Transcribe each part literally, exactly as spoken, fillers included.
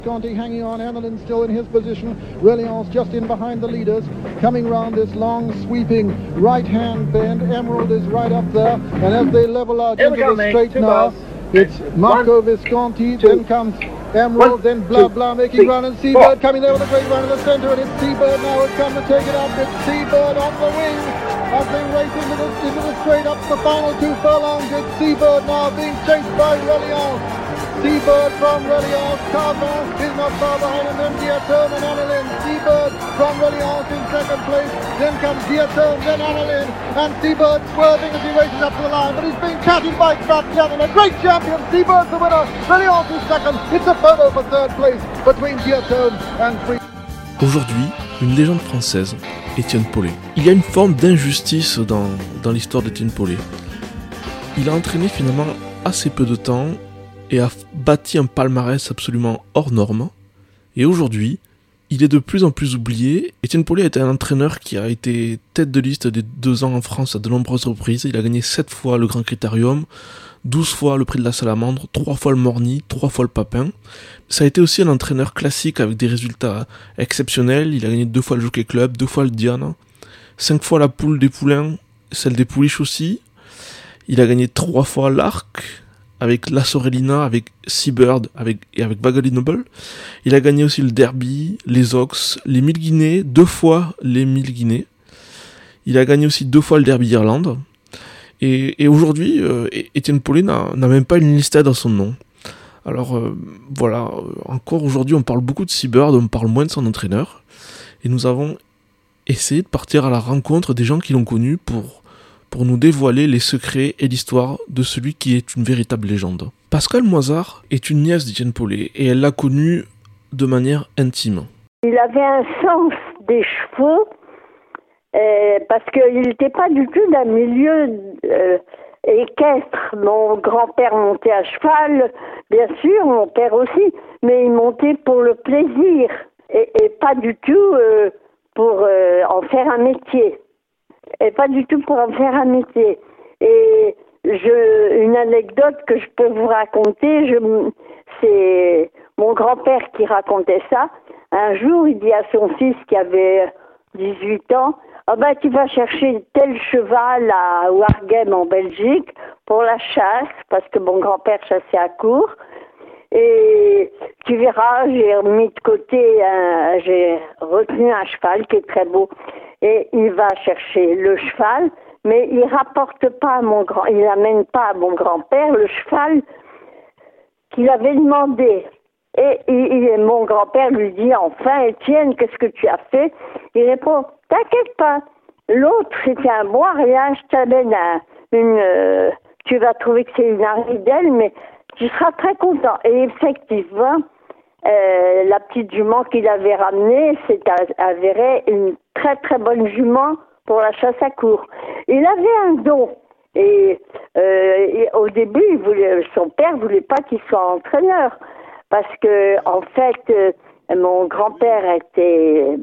Conti hanging on, Annalyn still in his position. Reliance just in behind the leaders, coming round this long sweeping right-hand bend. Emerald is right up there, and as they level out into the straight now, it's Marco Visconti, then comes Emerald, then Blah Blah making run, and Seabird coming there with a great run in the centre, and it's Seabird now has come to take it up. It's Seabird on the wing as they race into the, into the straight up the final two furlongs. It's Seabird now being chased by Reliance. Seabird from Reliance, Carbon is not far behind, and then Diatone and Annalyn. Seabird from Reliance in second place, then comes Diatone, then Annalyn, and Seabird swerving as he races up to the line, but he's being chatted by Gratian, and a great champion. Seabird's the winner, Reliance is second. It's a photo for third place between Diatone and Free. Aujourd'hui, une légende française, Étienne Paulet. Il y a une forme d'injustice dans, dans l'histoire d'Étienne Paulet. Il a entraîné finalement assez peu de temps et a bâti un palmarès absolument hors norme. Et aujourd'hui, il est de plus en plus oublié. Étienne Paulet était un entraîneur qui a été tête de liste des deux ans en France à de nombreuses reprises. Il a gagné sept fois le Grand Critérium, douze fois le Prix de la Salamandre, trois fois le Morny, trois fois le Papin. Ça a été aussi un entraîneur classique avec des résultats exceptionnels. Il a gagné deux fois le Jockey Club, deux fois le Diane, cinq fois la poule des poulains, celle des pouliches aussi. Il a gagné trois fois l'Arc, avec La Sorellina, avec Seabird avec, et avec Bagali Noble. Il a gagné aussi le Derby, les Ox, les mille Guinées, deux fois les mille Guinées. Il a gagné aussi deux fois le Derby d'Irlande. Et, et aujourd'hui, euh, Étienne Paulet n'a, n'a même pas une liste dans son nom. Alors euh, voilà, encore aujourd'hui on parle beaucoup de Seabird, on parle moins de son entraîneur. Et nous avons essayé de partir à la rencontre des gens qui l'ont connu pour... pour nous dévoiler les secrets et l'histoire de celui qui est une véritable légende. Pascale Moisard est une nièce d'Étienne Paulet et elle l'a connu de manière intime. Il avait un sens des chevaux euh, parce qu'il n'était pas du tout d'un milieu euh, équestre. Mon grand-père montait à cheval, bien sûr, mon père aussi, mais il montait pour le plaisir et, et pas du tout euh, pour euh, en faire un métier. Et pas du tout pour en faire un métier. Et je, une anecdote que je peux vous raconter, je, c'est mon grand-père qui racontait ça. Un jour, il dit à son fils qui avait dix-huit ans, ah ben tu vas chercher tel cheval à Wargem en Belgique pour la chasse, parce que mon grand-père chassait à court. Et tu verras, j'ai mis de côté, un, j'ai retenu un cheval qui est très beau. Et il va chercher le cheval, mais il rapporte pas à mon grand, il n'amène pas à mon grand-père le cheval qu'il avait demandé. Et, et, et mon grand-père lui dit, enfin, Étienne, qu'est-ce que tu as fait? Il répond, t'inquiète pas, l'autre c'était un bon ariage, je t'amène un, une, euh, tu vas trouver que c'est une aridelle, mais tu seras très content. Et effectivement, Euh, la petite jument qu'il avait ramenée s'est avérée une très très bonne jument pour la chasse à court. Il avait un don et, euh, et au début, il voulait, son père voulait pas qu'il soit entraîneur parce que en fait, euh, mon grand-père était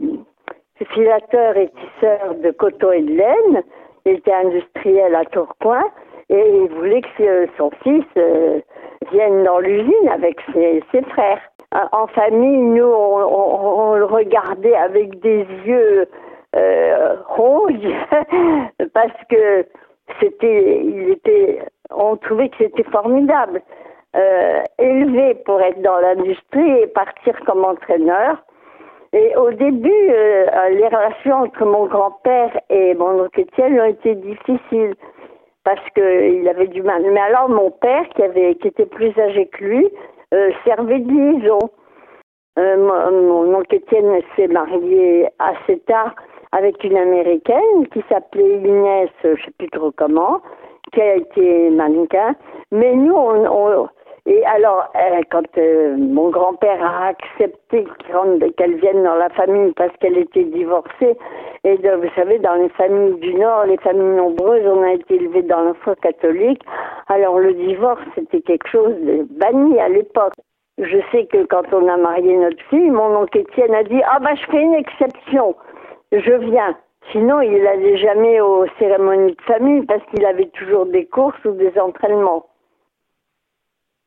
filateur et tisseur de coton et de laine. Il était industriel à Tourcoing et il voulait que son fils euh, vienne dans l'usine avec ses, ses frères. En famille, nous, on, on, on le regardait avec des yeux euh, rouges parce que c'était, il était, on trouvait que c'était formidable. Euh, élevé pour être dans l'industrie et partir comme entraîneur. Et au début, euh, les relations entre mon grand-père et mon oncle Étienne ont été difficiles parce qu'il avait du mal. Mais alors mon père, qui avait, qui était plus âgé que lui, Euh, servait de liaison. Euh, mon, mon oncle Étienne s'est marié assez tard avec une américaine qui s'appelait Inès, je ne sais plus trop comment, qui a été mannequin. Mais nous, on, on et alors, euh, quand euh, mon grand-père a accepté qu'elle vienne dans la famille parce qu'elle était divorcée, et de, vous savez, dans les familles du Nord, les familles nombreuses, on a été élevés dans la foi catholique. Alors le divorce, c'était quelque chose de banni à l'époque. Je sais que quand on a marié notre fille, mon oncle Étienne a dit « Ah ben je fais une exception, je viens ». Sinon, il n'allait jamais aux cérémonies de famille parce qu'il avait toujours des courses ou des entraînements.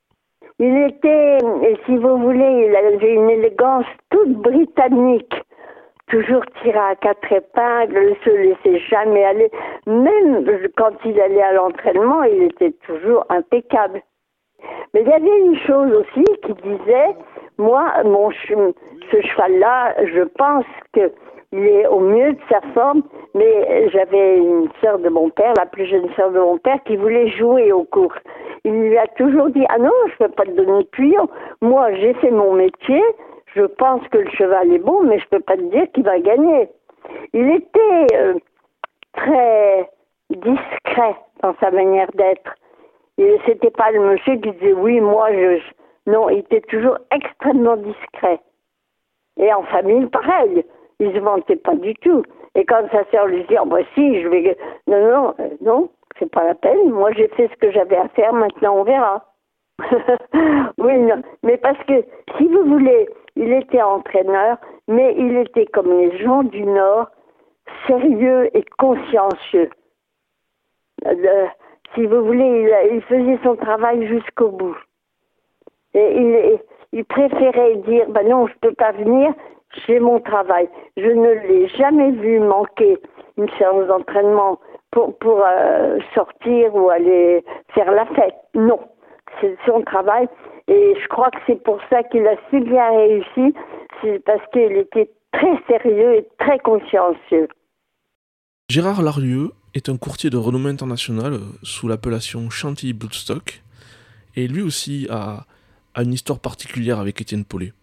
Il était, et si vous voulez, il avait une élégance toute britannique. Toujours tiré à quatre épingles, ne se laissait jamais aller. Même quand il allait à l'entraînement, il était toujours impeccable. Mais il y avait une chose aussi qui disait, moi, mon che- ce cheval-là, je pense qu'il est au mieux de sa forme, mais j'avais une sœur de mon père, la plus jeune sœur de mon père, qui voulait jouer aux courses. Il lui a toujours dit, ah non, je ne peux pas te donner de tuyau. Moi, j'ai fait mon métier, je pense que le cheval est bon, mais je ne peux pas te dire qu'il va gagner. Il était euh, très discret dans sa manière d'être. Et c'était pas le monsieur qui disait oui, moi je. Non, il était toujours extrêmement discret. Et en famille, pareil. Il se vantait pas du tout. Et quand sa sœur lui dit, oh bah si, je vais. Non, non, euh, non, c'est pas la peine. Moi j'ai fait ce que j'avais à faire, maintenant on verra. Oui, non. Mais parce que, si vous voulez, il était entraîneur, mais il était comme les gens du Nord, sérieux et consciencieux. Le, si vous voulez, il, il faisait son travail jusqu'au bout. Et il, il préférait dire, ben non, je ne peux pas venir, j'ai mon travail. Je ne l'ai jamais vu manquer une séance d'entraînement pour, pour euh, sortir ou aller faire la fête. Non, c'est son travail. Et je crois que c'est pour ça qu'il a si bien réussi, c'est parce qu'il était très sérieux et très consciencieux. Gérard Larlieu est un courtier de renommée internationale sous l'appellation Chantilly Bloodstock, et lui aussi a, a une histoire particulière avec Étienne Paulet.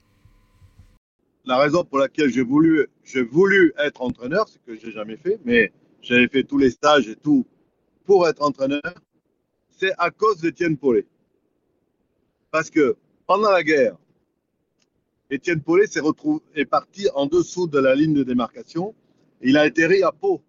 La raison pour laquelle j'ai voulu, j'ai voulu être entraîneur, c'est que je n'ai jamais fait, mais j'avais fait tous les stages et tout pour être entraîneur, c'est à cause d'Étienne Paulet. Parce que pendant la guerre, Étienne Paulet s'est retrouvé, est parti en dessous de la ligne de démarcation. Et il a atterri à Pau.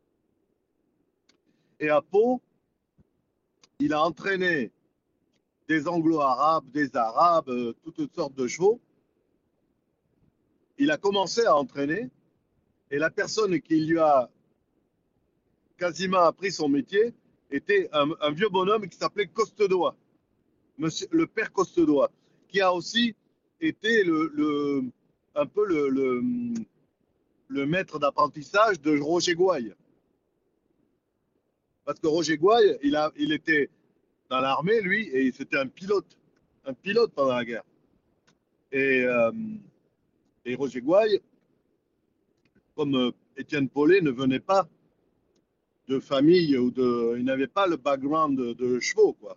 Et à Pau, il a entraîné des Anglo-Arabes, des Arabes, euh, toutes sortes de chevaux. Il a commencé à entraîner. Et la personne qui lui a quasiment appris son métier était un, un vieux bonhomme qui s'appelait Costedois, monsieur, le père Costedois, qui a aussi été le, le, un peu le, le, le maître d'apprentissage de Roger Gouaille. Parce que Roger Gouaille, il, a, il était dans l'armée, lui, et c'était un pilote, un pilote pendant la guerre. Et, euh, et Roger Gouaille, comme euh, Étienne Paulet ne venait pas de famille ou de, il n'avait pas le background de, de chevaux, quoi.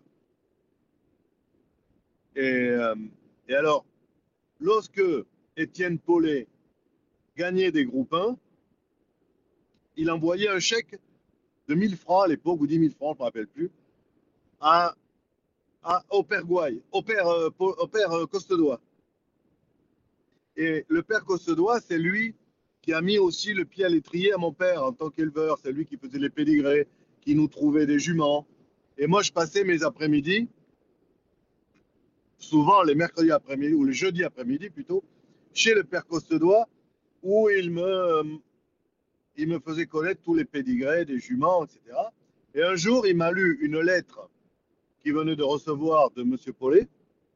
Et, euh, et alors, lorsque Étienne Paulet gagnait des groupes un, il envoyait un chèque de mille francs à l'époque, ou dix mille francs, je ne me rappelle plus, à, à, au père Gouaille, au père, euh, au père euh, Costedois. Et le père Costedois, c'est lui qui a mis aussi le pied à l'étrier à mon père en tant qu'éleveur. C'est lui qui faisait les pédigrés, qui nous trouvait des juments. Et moi, je passais mes après-midi, souvent les mercredis après-midi, ou les jeudis après-midi plutôt, chez le père Costedois, où il me, il me faisait connaître tous les pédigrés des juments, et cetera. Et un jour, il m'a lu une lettre qu'il venait de recevoir de M. Paulet,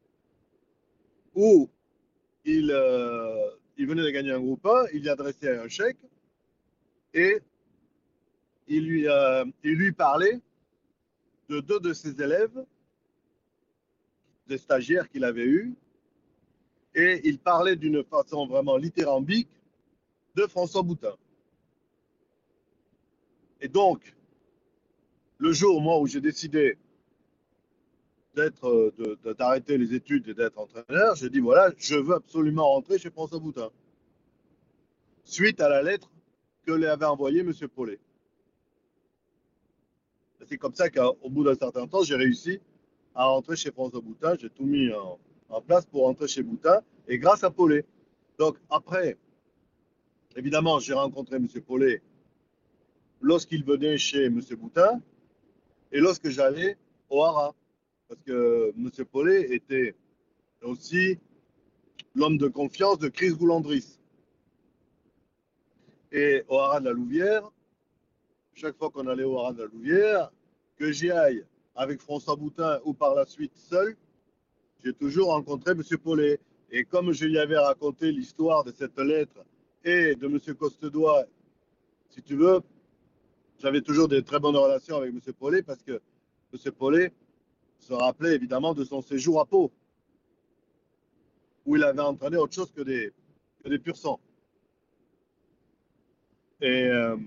où il, euh, il venait de gagner un groupe un, il y adressait un chèque, et il lui, euh, il lui parlait de deux de ses élèves, des stagiaires qu'il avait eus, et il parlait d'une façon vraiment lithyrambique de François Boutin. Et donc, le jour, moi, où j'ai décidé d'être, de, de, d'arrêter les études et d'être entraîneur, j'ai dit, voilà, je veux absolument rentrer chez François Boutin. Suite à la lettre que lui avait envoyée M. Paulet. C'est comme ça qu'au bout d'un certain temps, j'ai réussi à rentrer chez François Boutin. J'ai tout mis en, en place pour rentrer chez Boutin, et grâce à Paulet. Donc, après, évidemment, j'ai rencontré M. Paulet lorsqu'il venait chez M. Boutin et lorsque j'allais au Haras. Parce que M. Paulet était aussi l'homme de confiance de Chris Goulandris. Et au Haras de la Louvière, chaque fois qu'on allait au Haras de la Louvière, que j'y aille avec François Boutin ou par la suite seul, j'ai toujours rencontré M. Paulet. Et comme je lui avais raconté l'histoire de cette lettre et de M. Costedois, si tu veux, j'avais toujours des très bonnes relations avec M. Paulet parce que M. Paulet se rappelait évidemment de son séjour à Pau, où il avait entraîné autre chose que des, que des pur sang. Et, euh,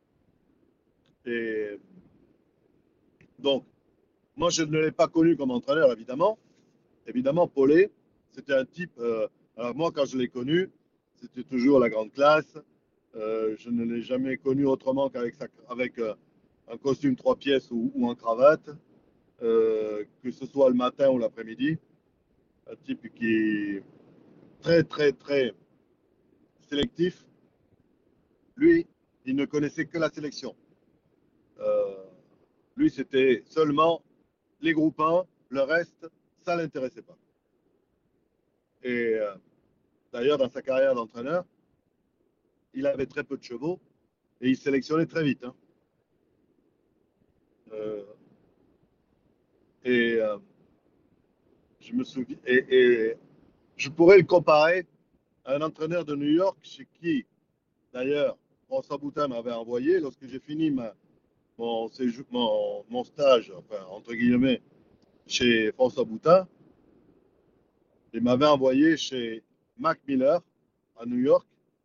et donc, moi, je ne l'ai pas connu comme entraîneur, évidemment. Évidemment, Paulet, c'était un type. Euh, alors, moi, quand je l'ai connu, c'était toujours la grande classe. Euh, je ne l'ai jamais connu autrement qu'avec sa, avec, euh, un costume trois pièces ou, ou en cravate, euh, que ce soit le matin ou l'après-midi. Un type qui est très, très, très sélectif. Lui, il ne connaissait que la sélection. Euh, lui, c'était seulement les groupes un, le reste, ça ne l'intéressait pas. Et euh, d'ailleurs, dans sa carrière d'entraîneur, il avait très peu de chevaux et il sélectionnait très vite. Hein. Euh, et euh, je me souviens, et, et je pourrais le comparer à un entraîneur de New York chez qui, d'ailleurs, François Boutin m'avait envoyé lorsque j'ai fini ma, mon, séjour, mon, mon stage, enfin, entre guillemets, chez François Boutin. Il m'avait envoyé chez Mac Miller à New York,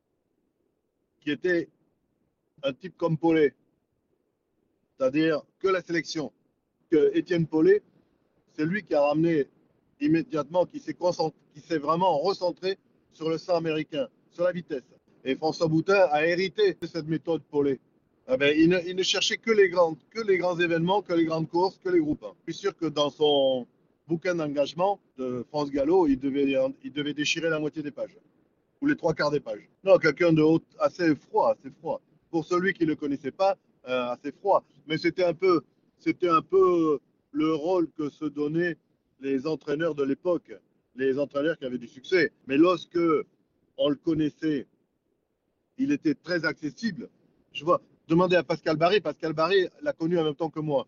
qui était un type comme Paulet, c'est-à-dire que la sélection, que Étienne Paulet, c'est lui qui a ramené immédiatement, qui s'est concentré, qui s'est vraiment recentré sur le sang américain, sur la vitesse. Et François Boutin a hérité de cette méthode Paulet. Eh ben, il, ne, il ne cherchait que les, grands, que les grands événements, que les grandes courses, que les groupes un. Je suis sûr que dans son bouquin d'engagement de France Gallo, il devait, il devait déchirer la moitié des pages, ou les trois quarts des pages. Non, quelqu'un de haut, assez froid, assez froid. Pour celui qui ne le connaissait pas, euh, assez froid. Mais c'était un peu, c'était un peu le rôle que se donnaient les entraîneurs de l'époque, les entraîneurs qui avaient du succès. Mais lorsque on le connaissait, il était très accessible. Je vois, demandez à Pascal Barry. Pascal Barry l'a connu en même temps que moi.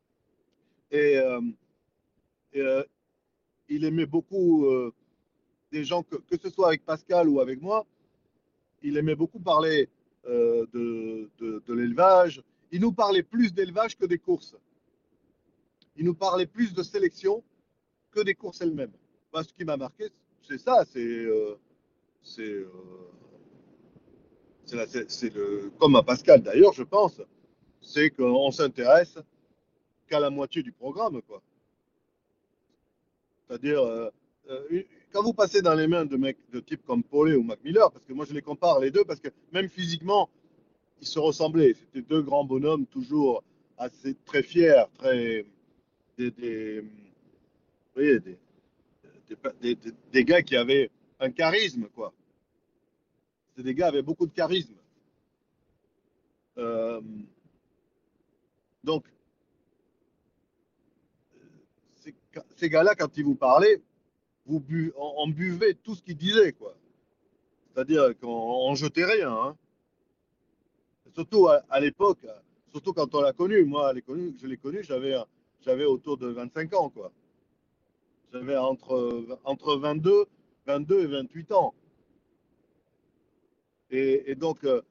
Et, euh, et euh, il aimait beaucoup euh, des gens, que, que ce soit avec Pascal ou avec moi, il aimait beaucoup parler euh, de, de, de l'élevage. Il nous parlait plus d'élevage que des courses. Il nous parlait plus de sélection que des courses elles-mêmes. Moi, ce qui m'a marqué, c'est ça, c'est euh, c'est euh, c'est la- c'est- c'est le comme à Pascal d'ailleurs, je pense, c'est qu'on s'intéresse qu'à la moitié du programme, quoi. C'est-à-dire, euh, euh, quand vous passez dans les mains de mecs de type comme Paulet ou Mac Miller, parce que moi je les compare les deux, parce que même physiquement, ils se ressemblaient. C'était deux grands bonhommes, toujours assez très fiers, très des, des, vous voyez, des, des, des, des gars qui avaient un charisme, quoi. C'était des gars qui avaient beaucoup de charisme. Euh, donc, ces, ces gars-là, quand ils vous parlaient, vous bu, on, on buvait tout ce qu'ils disaient, quoi. C'est-à-dire qu'on ne jetait rien. Hein. Surtout à, à l'époque, surtout quand on l'a connu. Moi, connu, je l'ai connu, j'avais, j'avais autour de vingt-cinq ans, quoi. J'avais entre, entre vingt-deux, vingt-deux et vingt-huit ans. Et, et donc, euh,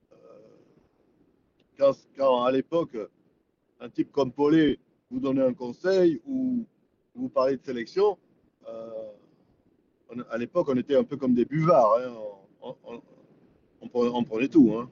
quand, quand à l'époque, un type comme Paulet vous donnait un conseil ou vous parlez de sélection, euh, on, à l'époque, on était un peu comme des buvards. Hein. On, on, on, prenait, on, prenait tout. Hein.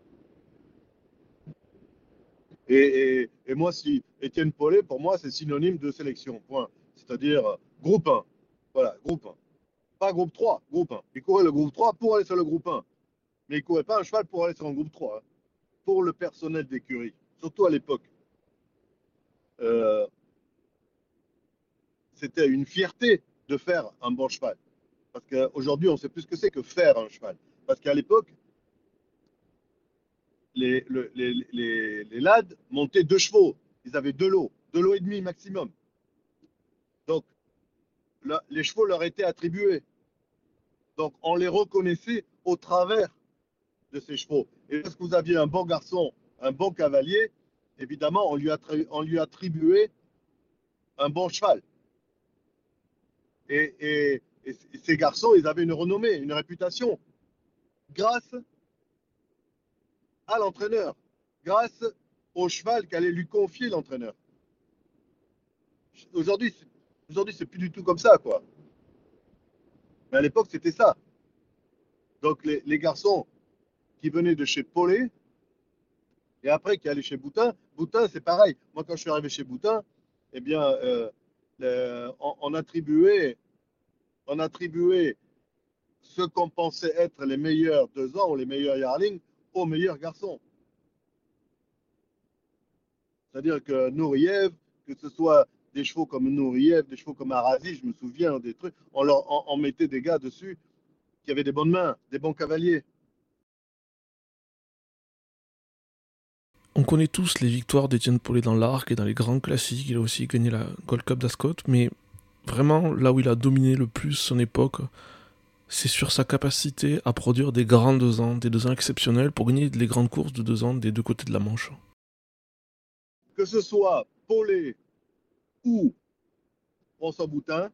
Et, et, et, moi, si Étienne Paulet, pour moi, c'est synonyme de sélection. Point. C'est-à-dire euh, groupe un. Voilà, groupe un. Pas groupe trois, groupe un. Il courait le groupe trois pour aller sur le groupe un. Mais il ne courait pas un cheval pour aller sur un groupe trois. Hein. Pour le personnel d'écurie, surtout à l'époque. Euh, c'était une fierté de faire un bon cheval. Parce qu'aujourd'hui, on ne sait plus ce que c'est que faire un cheval. Parce qu'à l'époque, les, le, les, les, les lads montaient deux chevaux. Ils avaient deux lots, deux lots et demi maximum. Donc, là, les chevaux leur étaient attribués. Donc, on les reconnaissait au travers de ces chevaux. Et lorsque vous aviez un bon garçon, un bon cavalier, évidemment, on lui, attri on lui attribuait un bon cheval. Et, et, et ces garçons, ils avaient une renommée, une réputation, grâce à l'entraîneur, grâce au cheval qu'allait lui confier l'entraîneur. Aujourd'hui, aujourd'hui, c'est plus du tout comme ça, quoi. Mais à l'époque, c'était ça. Donc, les, les garçons qui venaient de chez Paulet, et après qui allaient chez Boutin, Boutin, c'est pareil. Moi, quand je suis arrivé chez Boutin, eh bien, euh, le, on, on attribuait, on attribuait ce qu'on pensait être les meilleurs deux ans ou les meilleurs yearlings aux meilleurs garçons. C'est-à-dire que Nouriev, que ce soit des chevaux comme Nouriev, des chevaux comme Arazi, je me souviens des trucs, on, leur, on, on mettait des gars dessus qui avaient des bonnes mains, des bons cavaliers. On connaît tous les victoires d'Étienne Paulet dans l'Arc et dans les grands classiques. Il a aussi gagné la Gold Cup d'Ascot, mais vraiment, là où il a dominé le plus son époque, c'est sur sa capacité à produire des grands deux ans, des deux ans exceptionnels pour gagner les grandes courses de deux ans des deux côtés de la Manche. Que ce soit Paulet ou François Boutin,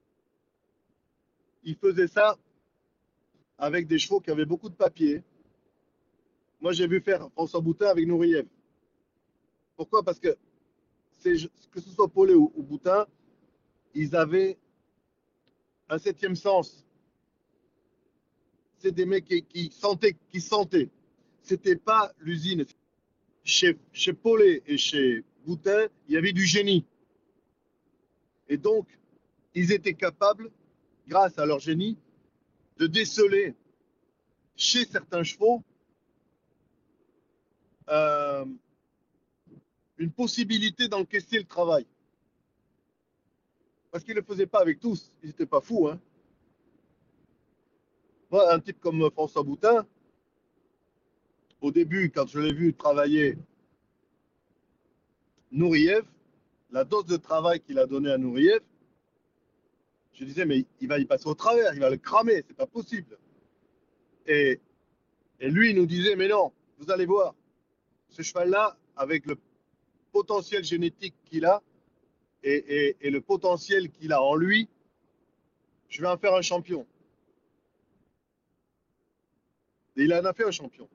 il faisait ça avec des chevaux qui avaient beaucoup de papier. Moi, j'ai vu faire François Boutin avec Nouriev. Pourquoi? Parce que que ce soit Paulet ou, ou Boutin, ils avaient un septième sens. C'est des mecs qui, qui sentaient, qui sentaient. C'était pas l'usine. Chez, chez Paulet et chez Boutin, il y avait du génie. Et donc, ils étaient capables, grâce à leur génie, de déceler chez certains chevaux euh, une possibilité d'encaisser le travail. Parce qu'ils ne le faisaient pas avec tous. Ils n'étaient pas fous. Hein. Moi, un type comme François Boutin, au début, quand je l'ai vu travailler Nouriev, la dose de travail qu'il a donnée à Nouriev, je disais, mais il va y passer au travers, il va le cramer, c'est pas possible. Et, et lui, il nous disait, mais non, vous allez voir, ce cheval-là, avec le potentiel génétique qu'il a et, et, et le potentiel qu'il a en lui, je vais en faire un champion. Et il en a fait un champion.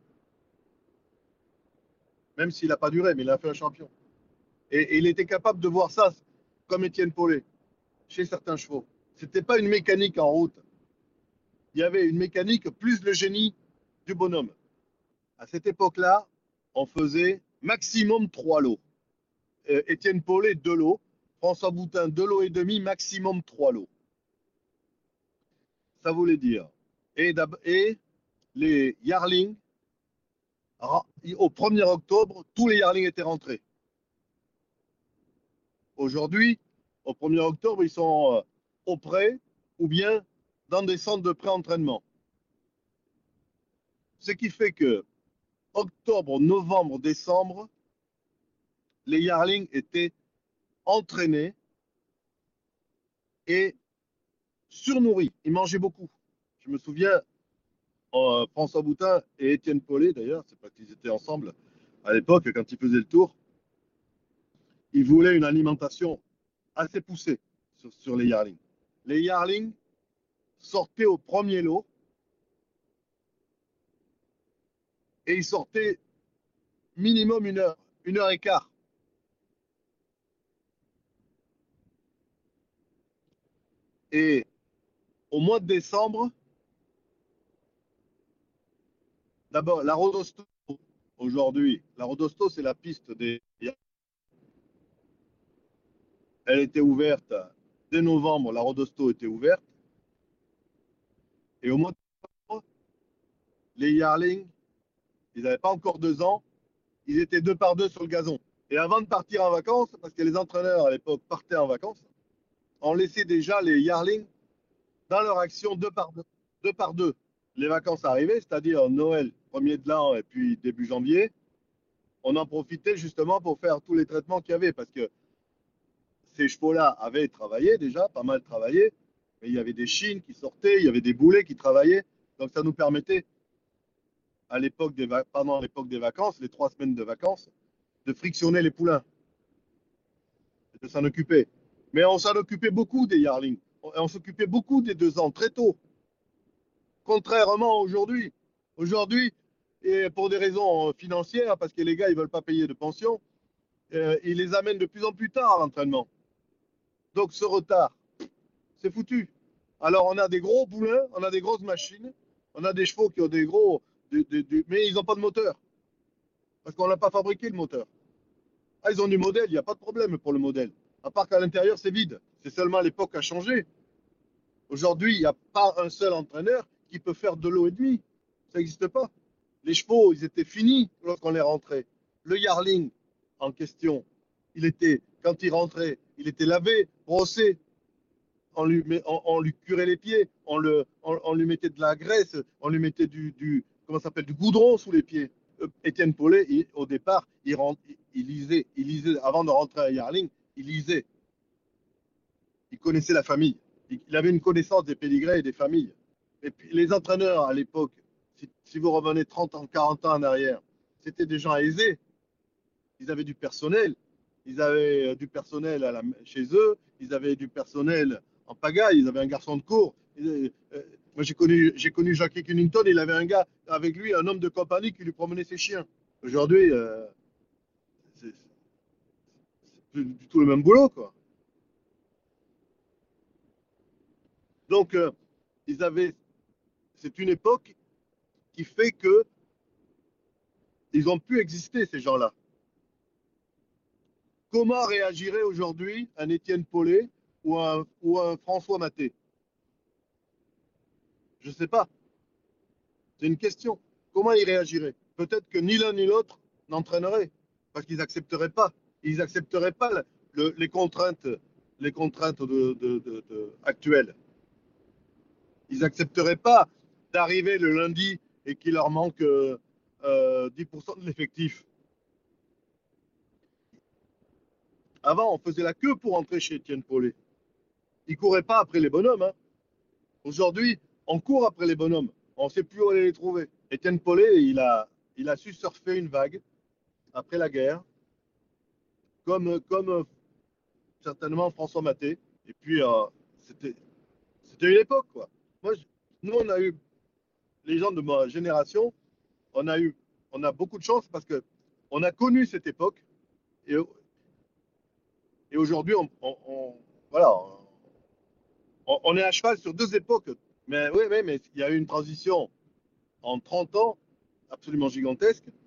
Même s'il n'a pas duré, mais il a fait un champion. Et, et il était capable de voir ça, comme Étienne Paulet, chez certains chevaux. C'était pas une mécanique en route. Il y avait une mécanique plus le génie du bonhomme. À cette époque-là, on faisait maximum trois lots. Euh, Étienne Paulet, deux lots. François Boutin, deux lots et demi, maximum trois lots. Ça voulait dire. Et, et les yearlings, au premier octobre, tous les yearlings étaient rentrés. Aujourd'hui, au premier octobre, ils sont euh, au pré ou bien dans des centres de pré-entraînement. Ce qui fait que octobre, novembre, décembre, les yearlings étaient entraînés et surnourris. Ils mangeaient beaucoup. Je me souviens, euh, François Boutin et Étienne Paulet, d'ailleurs, c'est pas qu'ils étaient ensemble à l'époque, quand ils faisaient le tour, ils voulaient une alimentation assez poussée sur, sur les yearlings. Les yearlings sortaient au premier lot et ils sortaient minimum une heure, une heure et quart. Et au mois de décembre, d'abord, la Rodosto, aujourd'hui, la Rodosto, c'est la piste des... Elle était ouverte dès novembre, la Rodosto était ouverte. Et au mois de décembre, les yearlings, ils n'avaient pas encore deux ans, ils étaient deux par deux sur le gazon. Et avant de partir en vacances, parce que les entraîneurs à l'époque partaient en vacances, on laissait déjà les yearlings dans leur action deux par deux. Deux par deux. Les vacances arrivaient, c'est-à-dire Noël, premier de l'an et puis début janvier, on en profitait justement pour faire tous les traitements qu'il y avait, parce que ces chevaux-là avaient travaillé déjà, pas mal travaillé, mais il y avait des chines qui sortaient, il y avait des boulets qui travaillaient, donc ça nous permettait, à l'époque des pendant l'époque des vacances, les trois semaines de vacances, de frictionner les poulains, de s'en occuper. Mais on s'en occupait beaucoup des yearlings. on, on s'occupait beaucoup des deux ans, très tôt. Contrairement à aujourd'hui. Aujourd'hui, et pour des raisons financières, parce que les gars, ils veulent pas payer de pension, euh, ils les amènent de plus en plus tard à l'entraînement. Donc ce retard, c'est foutu. Alors on a des gros poulains, on a des grosses machines, on a des chevaux qui ont des gros, des- des- des- mais ils n'ont pas de moteur. Parce qu'on n'a pas fabriqué le moteur. Ah, ils ont du modèle, il n'y a pas de problème pour le modèle. À part qu'à l'intérieur, c'est vide. C'est seulement l'époque a changé. Aujourd'hui, il n'y a pas un seul entraîneur qui peut faire de l'eau et demi. Ça n'existe pas. Les chevaux, ils étaient finis lorsqu'on les rentrait. Le Yarling en question, il était, quand il rentrait, il était lavé, brossé, on lui, met- on, on lui curait les pieds, on, le, on, on lui mettait de la graisse, on lui mettait du, du comment ça s'appelle, du goudron sous les pieds. Euh, Étienne Paulet, il- au départ, il, rentre, il, il lisait, il lisait, avant de rentrer à Yarling, il lisait. Il connaissait la famille. Il, il avait une connaissance des pédigrés et des familles. Et puis les entraîneurs à l'époque, si, si vous revenez trente ans, quarante ans en arrière, c'était des gens aisés. Ils avaient du personnel. Ils avaient euh, du personnel à la- chez eux. Ils avaient du personnel en pagaille. Ils avaient un garçon de cour. Ils- euh, moi, j'ai connu, j'ai connu Jackie Cunnington. Il avait un gars avec lui, un homme de compagnie qui lui promenait ses chiens. Aujourd'hui, euh, c'est c'est plus du tout le même boulot, quoi. Donc, euh, ils avaient. C'est une époque qui fait que ils ont pu exister, ces gens-là. Comment réagirait aujourd'hui un Étienne Paulet ou un, ou un François Maté? Je ne sais pas. C'est une question. Comment ils réagiraient? Peut-être que ni l'un ni l'autre n'entraînerait, parce qu'ils n'accepteraient pas. Ils n'accepteraient pas le- le- les contraintes, les contraintes de- de- de- de- actuelles. Ils n'accepteraient pas d'arriver le lundi et qu'il leur manque euh, euh, dix pour cent de l'effectif. Avant, on faisait la queue pour entrer chez Étienne Paulet. Ils ne couraient pas après les bonhommes, hein. Aujourd'hui, on court après les bonhommes. On ne sait plus où aller les trouver. Étienne Paulet, il a, il a su surfer une vague après la guerre, comme, comme euh, certainement François Maté. Et puis, euh, c'était, c'était une époque, quoi. Moi, je- nous, on a eu, les gens de ma génération, on a eu, on a beaucoup de chance parce que on a connu cette époque. Et, et aujourd'hui, on, on- on- voilà, on, on est à cheval sur deux époques. Mais oui, oui, mais il y a eu une transition en trente ans absolument gigantesque.